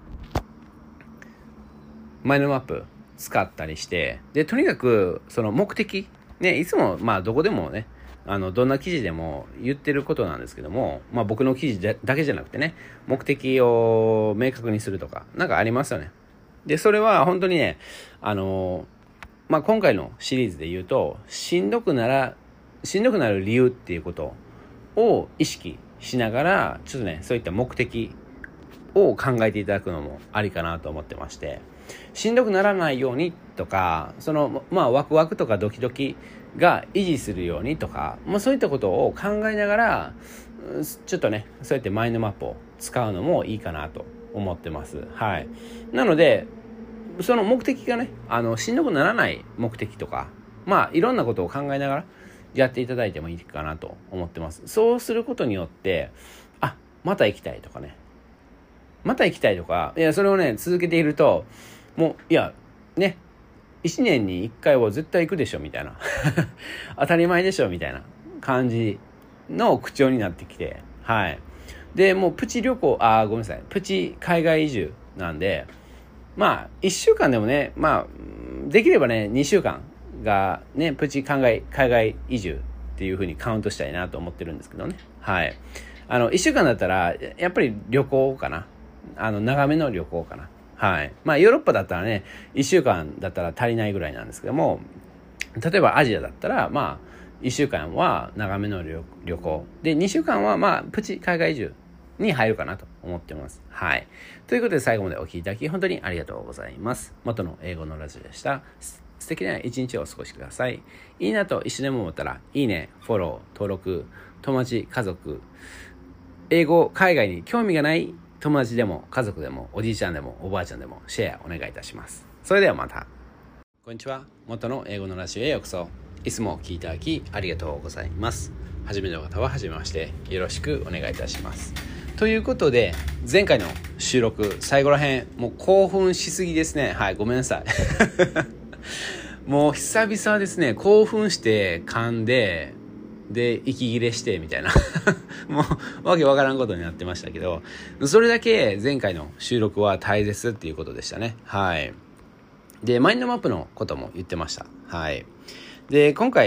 マインドマップ使ったりして、でとにかくその目的ね、いつもまあどこでもね、あのどんな記事でも言ってることなんですけども、まあ僕の記事だけじゃなくてね、目的を明確にするとかなんかありますよね。でそれは本当にね、あのまあ今回のシリーズで言うと、しんどくならしんどくなる理由っていうことを意識しながら、ちょっとねそういった目的を考えていただくのもありかなと思ってまして、しんどくならないようにとか、そのまあワクワクとかドキドキが維持するようにとか、まあ、そういったことを考えながらちょっとねそうやってマインドマップを使うのもいいかなと思ってます。はい。なのでその目的がね、あのしんどくならない目的とか、まあいろんなことを考えながらやっていただいてもいいかなと思ってます。そうすることによって、あ、また行きたいとかね、また行きたいとか、いやそれをね続けていると、もういやねいちねんにいっかいは絶対行くでしょみたいな当たり前でしょみたいな感じの口調になってきて、はい。でもうプチ旅行、あ、ごめんなさい、プチ海外移住なんで、まあいっしゅうかんでもね、まあできればねにしゅうかんがねプチ海外海外移住っていう風にカウントしたいなと思ってるんですけどね。はい。あのいっしゅうかんだったらやっぱり旅行かな、あの長めの旅行かな。はい。まあヨーロッパだったらねいっしゅうかんだったら足りないぐらいなんですけども、例えばアジアだったらまあいっしゅうかんは長めの 旅, 旅行でにしゅうかんはまあプチ海外移住に入るかなと思ってます。はい。ということで最後までお聞きいただき本当にありがとうございます。元の英語のラジオでした。素敵な一日をお過ごしください。いいなと一緒でも思ったらいいね、フォロー、登録、友達、家族、英語、海外に興味がない友達でも家族でもおじいちゃんでもおばあちゃんでもシェアお願いいたします。それではまた。こんにちは。元の英語のラジオへようこそ。いつもお聞きいただきありがとうございます。初めての方は初めましてよろしくお願いいたします。ということで前回の収録最後らへんもう興奮しすぎですね。はい、ごめんなさいもう久々ですね。興奮して噛んでで息切れしてみたいなもうわけわからんことになってましたけど、それだけ前回の収録は大切っていうことでしたね。はい。でマインドマップのことも言ってました。はい。で今回の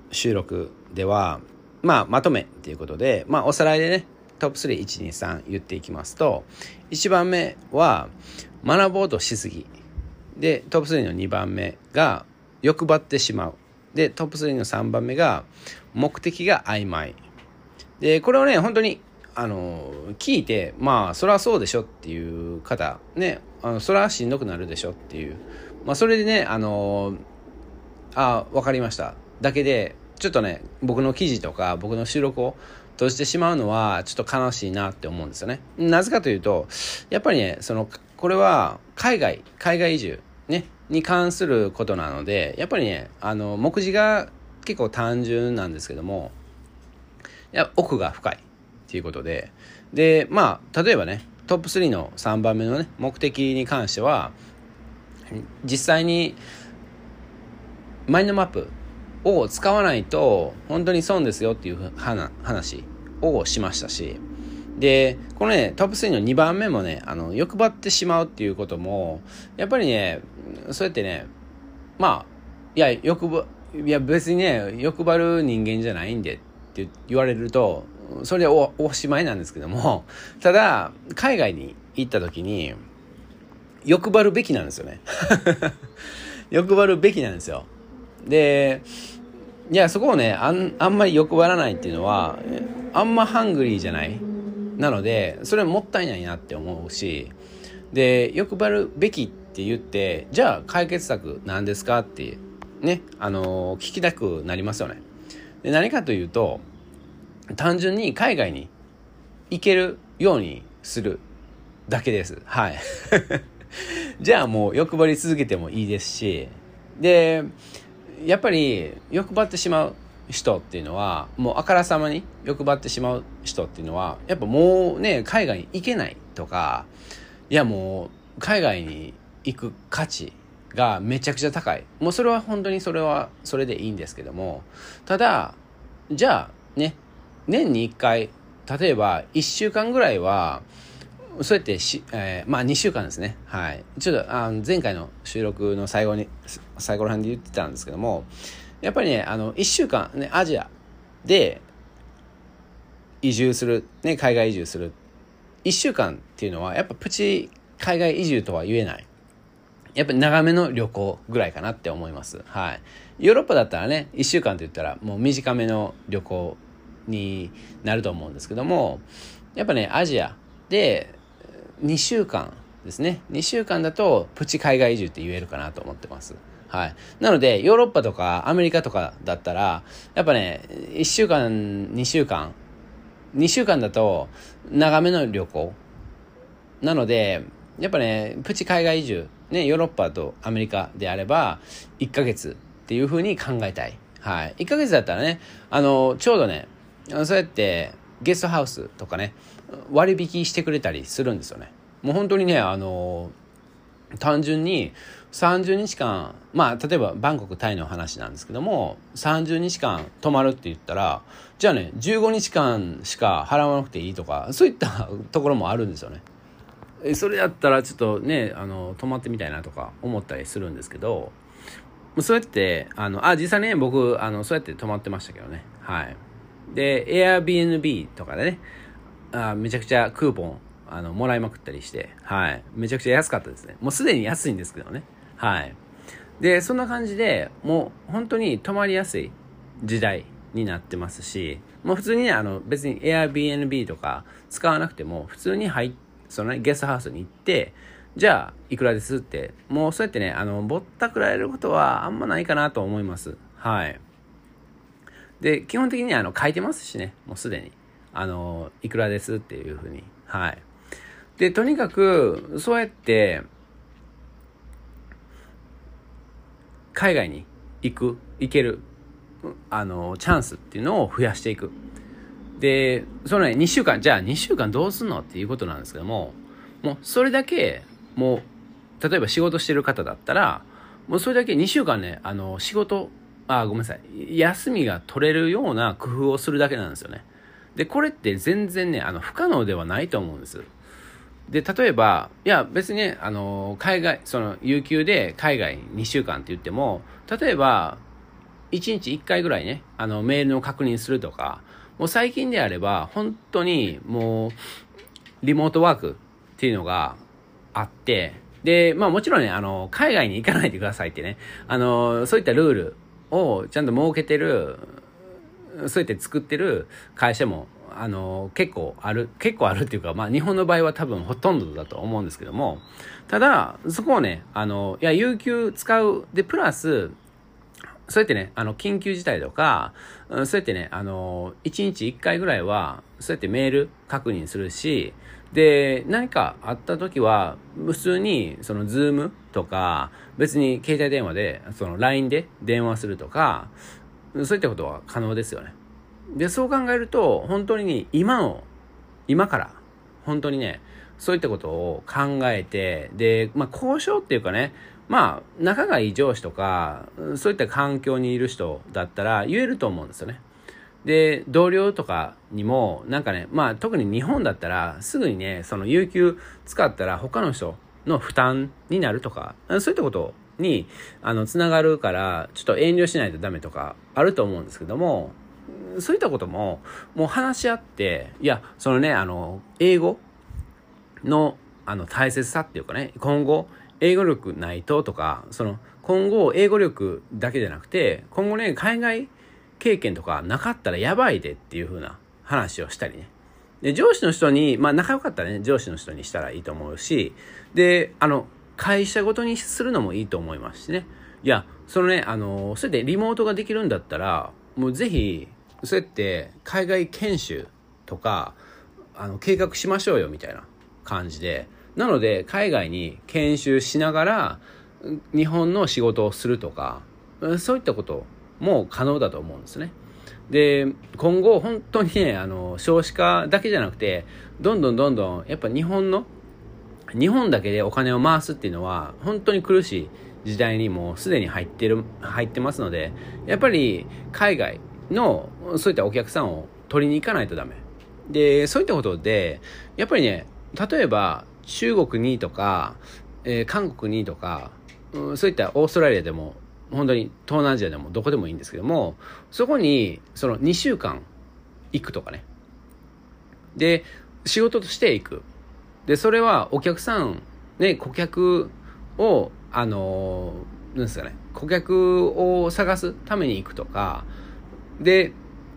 収録では、まあ、まとめっていうことで、まあ、おさらいでねトップスリーいちにさん言っていきますと、いちばんめは学ぼうとしすぎで、トップスリーのにばんめが欲張ってしまうで、トップスリーのさんばんめが目的が曖昧で、これをね本当にあの聞いて、まあそりゃそうでしょっていう方ね、あのそりゃしんどくなるでしょっていう、まあそれでね、あのあ分かりましただけでちょっとね僕の記事とか僕の収録を閉じてしまうのはちょっと悲しいなって思うんですよね。なぜかというと、やっぱりねそのこれは海外海外移住ねに関することなので、やっぱりねあの目次が結構単純なんですけども、いや奥が深いっていうことで、でまあ例えばねトップスリーのさんばんめのね目的に関しては、実際にマインドマップを使わないと本当に損ですよっていう話をしましたし、でこのねトップスリーのにばんめもね、あの欲張ってしまうっていうこともやっぱりね、そうやってね、まあいや欲張いや別にね欲張る人間じゃないんでって言われるとそれで お, おしまいなんですけども、ただ海外に行った時に欲張るべきなんですよね欲張るべきなんですよ。でいやそこをねあ ん, あんまり欲張らないっていうのはあんまハングリーじゃないなので、それはもったいないなって思うし、で欲張るべきって言って、じゃあ解決策なんですかってね、あのー、聞きたくなりますよね。で何かというと、単純に海外に行けるようにするだけです。はいじゃあもう欲張り続けてもいいですし、でやっぱり欲張ってしまう人っていうのは、もうあからさまに欲張ってしまう人っていうのはやっぱもうね海外に行けないとか、いやもう海外に行く価値がめちゃくちゃ高い、もうそれは本当にそれはそれでいいんですけども、ただじゃあね年にいっかい、例えばいっしゅうかんぐらいはそうやってし、えー、まあにしゅうかんですね。はい。ちょっとあの前回の収録の最後に最後の辺で言ってたんですけども、やっぱりねあのいっしゅうかんねアジアで移住するね、海外移住するいっしゅうかんっていうのはやっぱプチ海外移住とは言えない。やっぱり長めの旅行ぐらいかなって思います。はい。ヨーロッパだったらねいっしゅうかんって言ったらもう短めの旅行になると思うんですけども、やっぱねアジアでにしゅうかんですね。にしゅうかんだとプチ海外移住って言えるかなと思ってます。はい。なのでヨーロッパとかアメリカとかだったらやっぱねいっしゅうかんにしゅうかんにしゅうかんだと長めの旅行なので、やっぱねプチ海外移住ね、ヨーロッパとアメリカであればいっかげつっていう風に考えたい。はい。いっかげつだったらね、あのちょうどねそうやってゲストハウスとかね割引してくれたりするんですよね。もう本当にねあの単純にさんじゅうにちかん、まあ例えばバンコクタイの話なんですけども、さんじゅうにちかん泊まるって言ったら、じゃあねじゅうごにちかんしか払わなくていいとか、そういったところもあるんですよね。それやったらちょっとねあの泊まってみたいなとか思ったりするんですけど、そうやってあのあ実際ね僕あのそうやって泊まってましたけどね。はい。で Airbnb とかでねあめちゃくちゃクーポンあのもらいまくったりして、はい、めちゃくちゃ安かったですね。もうすでに安いんですけどね。はい。でそんな感じでもう本当に泊まりやすい時代になってますし、もう普通にねあの別に Airbnb とか使わなくても普通に入その、ね、ゲストハウスに行って、じゃあいくらですって、もうそうやってねあのぼったくられることはあんまないかなと思います。はい。で基本的にあの書いてますしね、もうすでにあのいくらですっていうふうに。はい。でとにかくそうやって海外に行く行けるあのチャンスっていうのを増やしていく。でそのねにしゅうかん、じゃあにしゅうかんどうすんのっていうことなんですけども、もうそれだけもう例えば仕事してる方だったらもうそれだけにしゅうかんねあの仕事あごめんなさい休みが取れるような工夫をするだけなんですよね。でこれって全然ねあの不可能ではないと思うんです。で例えばいや別にねあの海外その有給で海外にしゅうかんって言っても、例えばいちにちいっかいぐらいね、あの、メールの確認するとか、もう最近であれば、本当にもう、リモートワークっていうのがあって、で、まあもちろんね、あの、海外に行かないでくださいってね、あの、そういったルールをちゃんと設けてる、そうやって作ってる会社も、あの、結構ある、結構あるっていうか、まあ日本の場合は多分ほとんどだと思うんですけども、ただ、そこをね、あの、いや、有給使う、で、プラス、そうやってね、あの、緊急事態とか、そうやってね、あの、いちにちいっかいぐらいは、そうやってメール確認するし、で、何かあった時は、普通に、その、ズームとか、別に携帯電話で、その、ライン で電話するとか、そういったことは可能ですよね。で、そう考えると、本当に今の、今から、本当にね、そういったことを考えて、で、まあ、交渉っていうかね、まあ、仲がいい上司とか、そういった環境にいる人だったら言えると思うんですよね。で、同僚とかにも、なんかね、まあ、特に日本だったら、すぐにね、その有給使ったら他の人の負担になるとか、そういったことに、あの、つながるから、ちょっと遠慮しないとダメとか、あると思うんですけども、そういったことも、もう話し合って、いや、そのね、あの、英語の、あの、大切さっていうかね、今後、英語力ないととか、その、今後、英語力だけじゃなくて、今後ね、海外経験とかなかったらやばいでっていう風な話をしたりね。で、上司の人に、まあ仲良かったらね、上司の人にしたらいいと思うし、で、あの、会社ごとにするのもいいと思いますしね。いや、そのね、あの、それでリモートができるんだったら、もうぜひ、そうやって海外研修とか、あの、計画しましょうよみたいな感じで、なので海外に研修しながら日本の仕事をするとか、そういったことも可能だと思うんですね。で、今後本当にね、あの、少子化だけじゃなくて、どんどんどんどんやっぱ日本の日本だけでお金を回すっていうのは本当に苦しい時代にもうすでに入ってる入ってますので、やっぱり海外のそういったお客さんを取りに行かないとダメで、そういったことでやっぱりね、例えば中国にとか、えー、韓国にとか、うん、そういったオーストラリアでも本当に東南アジアでもどこでもいいんですけども、そこにそのにしゅうかん行くとかね、で仕事として行く、でそれはお客さんね、顧客をあのー、なんですかね、顧客を探すために行くとかで、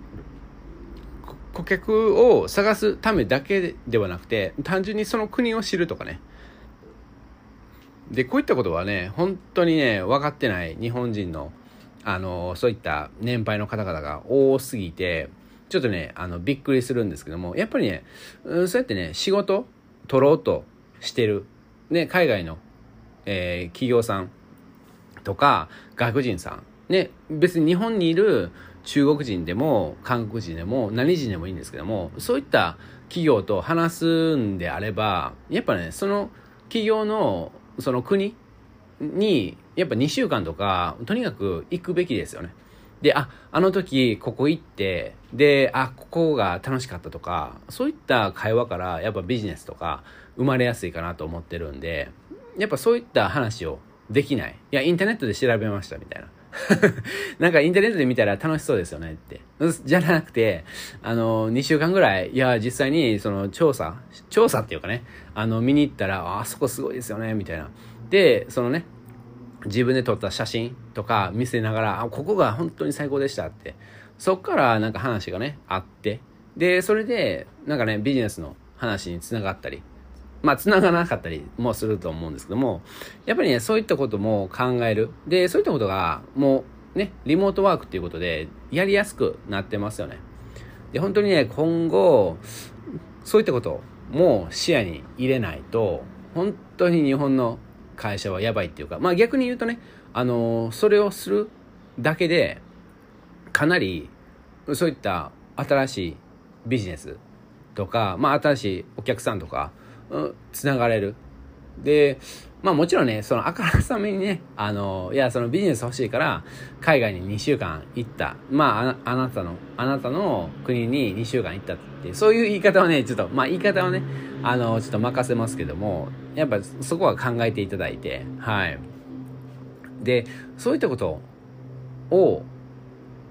顧客を探すためだけではなくて、単純にその国を知るとかね。で、こういったことはね、本当にね、分かってない日本人の、あの、そういった年配の方々が多すぎて、ちょっとね、あの、びっくりするんですけども、やっぱりね、そうやってね、仕事取ろうとしてる、ね、海外の、えー、企業さんとか、外国人さん、ね、別に日本にいる中国人でも韓国人でも何人でもいいんですけども、そういった企業と話すんであれば、やっぱね、その企業のその国にやっぱにしゅうかんとかとにかく行くべきですよね。で、あ、あの時ここ行って、で、あ、ここが楽しかったとか、そういった会話からやっぱビジネスとか生まれやすいかなと思ってるんで、やっぱそういった話をできない。いや、インターネットで調べましたみたいな。なんかインターネットで見たら楽しそうですよねって。じゃなくて、あの、にしゅうかんぐらい、いや、実際にその調査、調査っていうかね、あの、見に行ったら、あそこすごいですよね、みたいな。で、そのね、自分で撮った写真とか見せながら、あ、ここが本当に最高でしたって。そっからなんか話がね、あって、で、それで、なんかね、ビジネスの話につながったり、まあ、繋がなかったりもすると思うんですけども、やっぱりね、そういったことも考える。で、そういったことが、もうね、リモートワークっていうことで、やりやすくなってますよね。で、本当にね、今後、そういったことも視野に入れないと、本当に日本の会社はやばいっていうか、まあ逆に言うとね、あの、それをするだけで、かなり、そういった新しいビジネスとか、まあ新しいお客さんとか、つながれる。で、まあもちろんね、そのあからさめにね、あの、いや、そのビジネス欲しいから、海外ににしゅうかん行った。まあ、あなたの、あなたの国ににしゅうかん行ったって、そういう言い方はね、ちょっと、まあ言い方はね、あの、ちょっと任せますけども、やっぱそこは考えていただいて、はい。で、そういったことを、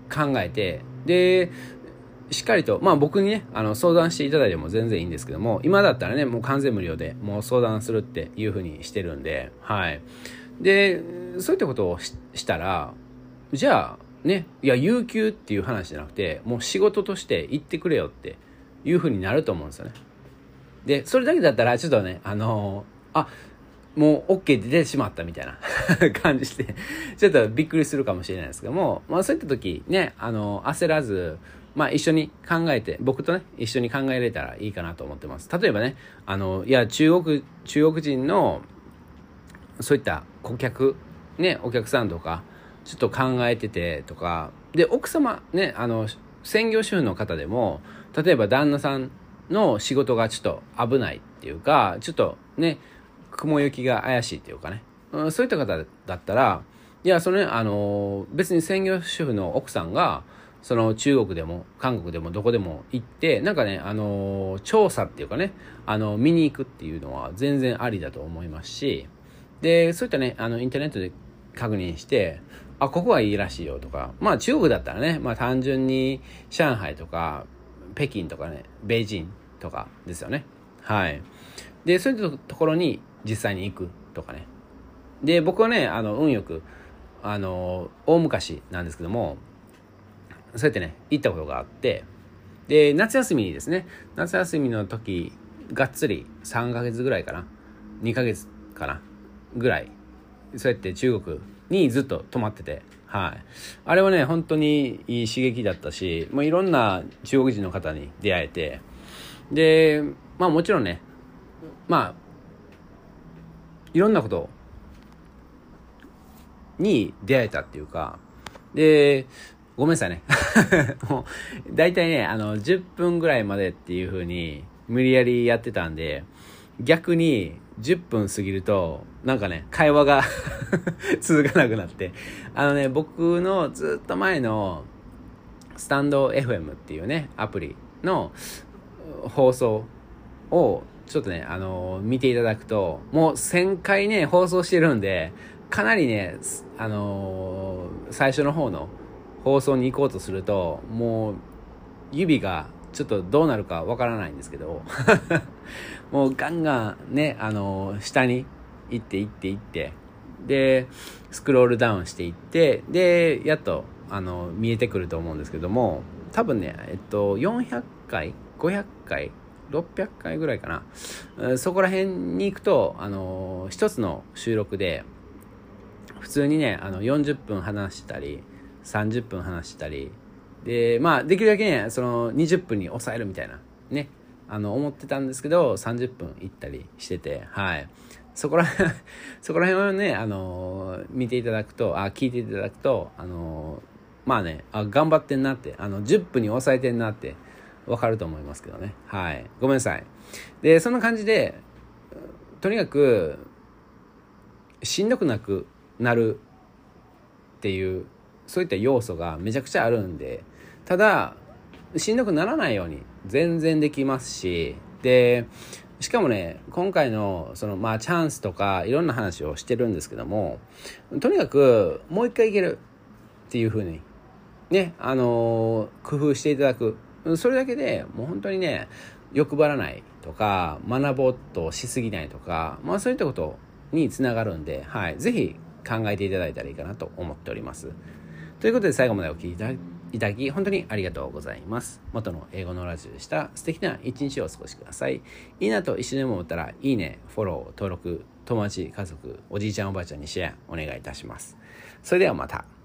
考えて、でしっかりと、まあ僕にねあの相談していただいても全然いいんですけども、今だったらねもう完全無料でもう相談するっていう風にしてるんで、はい。でそういったことを し, したらじゃあね、いや有給っていう話じゃなくてもう仕事として行ってくれよっていう風になると思うんですよね。でそれだけだったらちょっとねあのー、あもう OK で出てしまったみたいな感じしてちょっとびっくりするかもしれないですけども、まあそういった時ねあの焦らず、まあ一緒に考えて僕とね一緒に考えれたらいいかなと思ってます。例えばねあのいや中国中国人のそういった顧客ねお客さんとかちょっと考えててとかで、奥様ねあの専業主婦の方でも例えば旦那さんの仕事がちょっと危ないっていうかちょっとね雲行きが怪しいっていうかね、うん、そういった方だったらいやそのねあの別に専業主婦の奥さんがその中国でも韓国でもどこでも行ってなんかねあの調査っていうかねあの見に行くっていうのは全然ありだと思いますし、でそういったねあのインターネットで確認してあここはいいらしいよとか、まあ中国だったらねまあ単純に上海とか北京とかね北京とかですよね。はい。でそういったところに実際に行くとかね。で僕はねあの運よくあの大昔なんですけどもそうやってね行ったことがあって、で夏休みにですね夏休みの時がっつりさんかげつぐらいかなにかげつかなぐらいそうやって中国にずっと泊まってて、はい、あれはね本当にいい刺激だったし、もういろんな中国人の方に出会えて、でまあもちろんねまあいろんなことに出会えたっていうか、でごめんなさいねもう大体ねあのじゅっぷんぐらいまでっていう風に無理やりやってたんで、逆にじゅっぷん過ぎるとなんかね会話が続かなくなって、あのね僕のずっと前のスタンド エフエム っていうねアプリの放送をちょっとねあの見ていただくともうせんかいね放送してるんで、かなりねあの最初の方の放送に行こうとするともう指がちょっとどうなるかわからないんですけどもうガンガンねあの下に行って行って行ってでスクロールダウンしていってでやっとあの見えてくると思うんですけども、多分ねえっとよんひゃっかいごひゃっかいろっぴゃっかいぐらいかな、そこら辺に行くとあの一つの収録で普通にねあのよんじゅっぷん話したりさんじゅっぷん話したりで、まあできるだけねそのにじゅっぷんに抑えるみたいなねあの思ってたんですけどさんじゅっぷん行ったりしてて、はいそこらそこら辺をねあの見ていただくとあ聞いていただくとあのまあねあ頑張ってんなってあのじゅっぷんに抑えてんなってわかると思いますけどね。はいごめんなさい。でそんな感じでとにかくしんどくなくなるっていうそういった要素がめちゃくちゃあるんで、ただしんどくならないように全然できますし、でしかもね今回のそのまあチャンスとかいろんな話をしてるんですけども、とにかくもう一回いけるっていう風にねあのー、工夫していただく、それだけでもう本当にね欲張らないとか学ぼうとしすぎないとか、まあそういったことにつながるんで、はいぜひ考えていただいたらいいかなと思っております。ということで最後までお聞きいただき本当にありがとうございます。元の英語のラジオでした。素敵な一日をお過ごしください。いいなと一緒に思ったらいいね、フォロー、登録、友達、家族、おじいちゃんおばあちゃんにシェアお願いいたします。それではまた。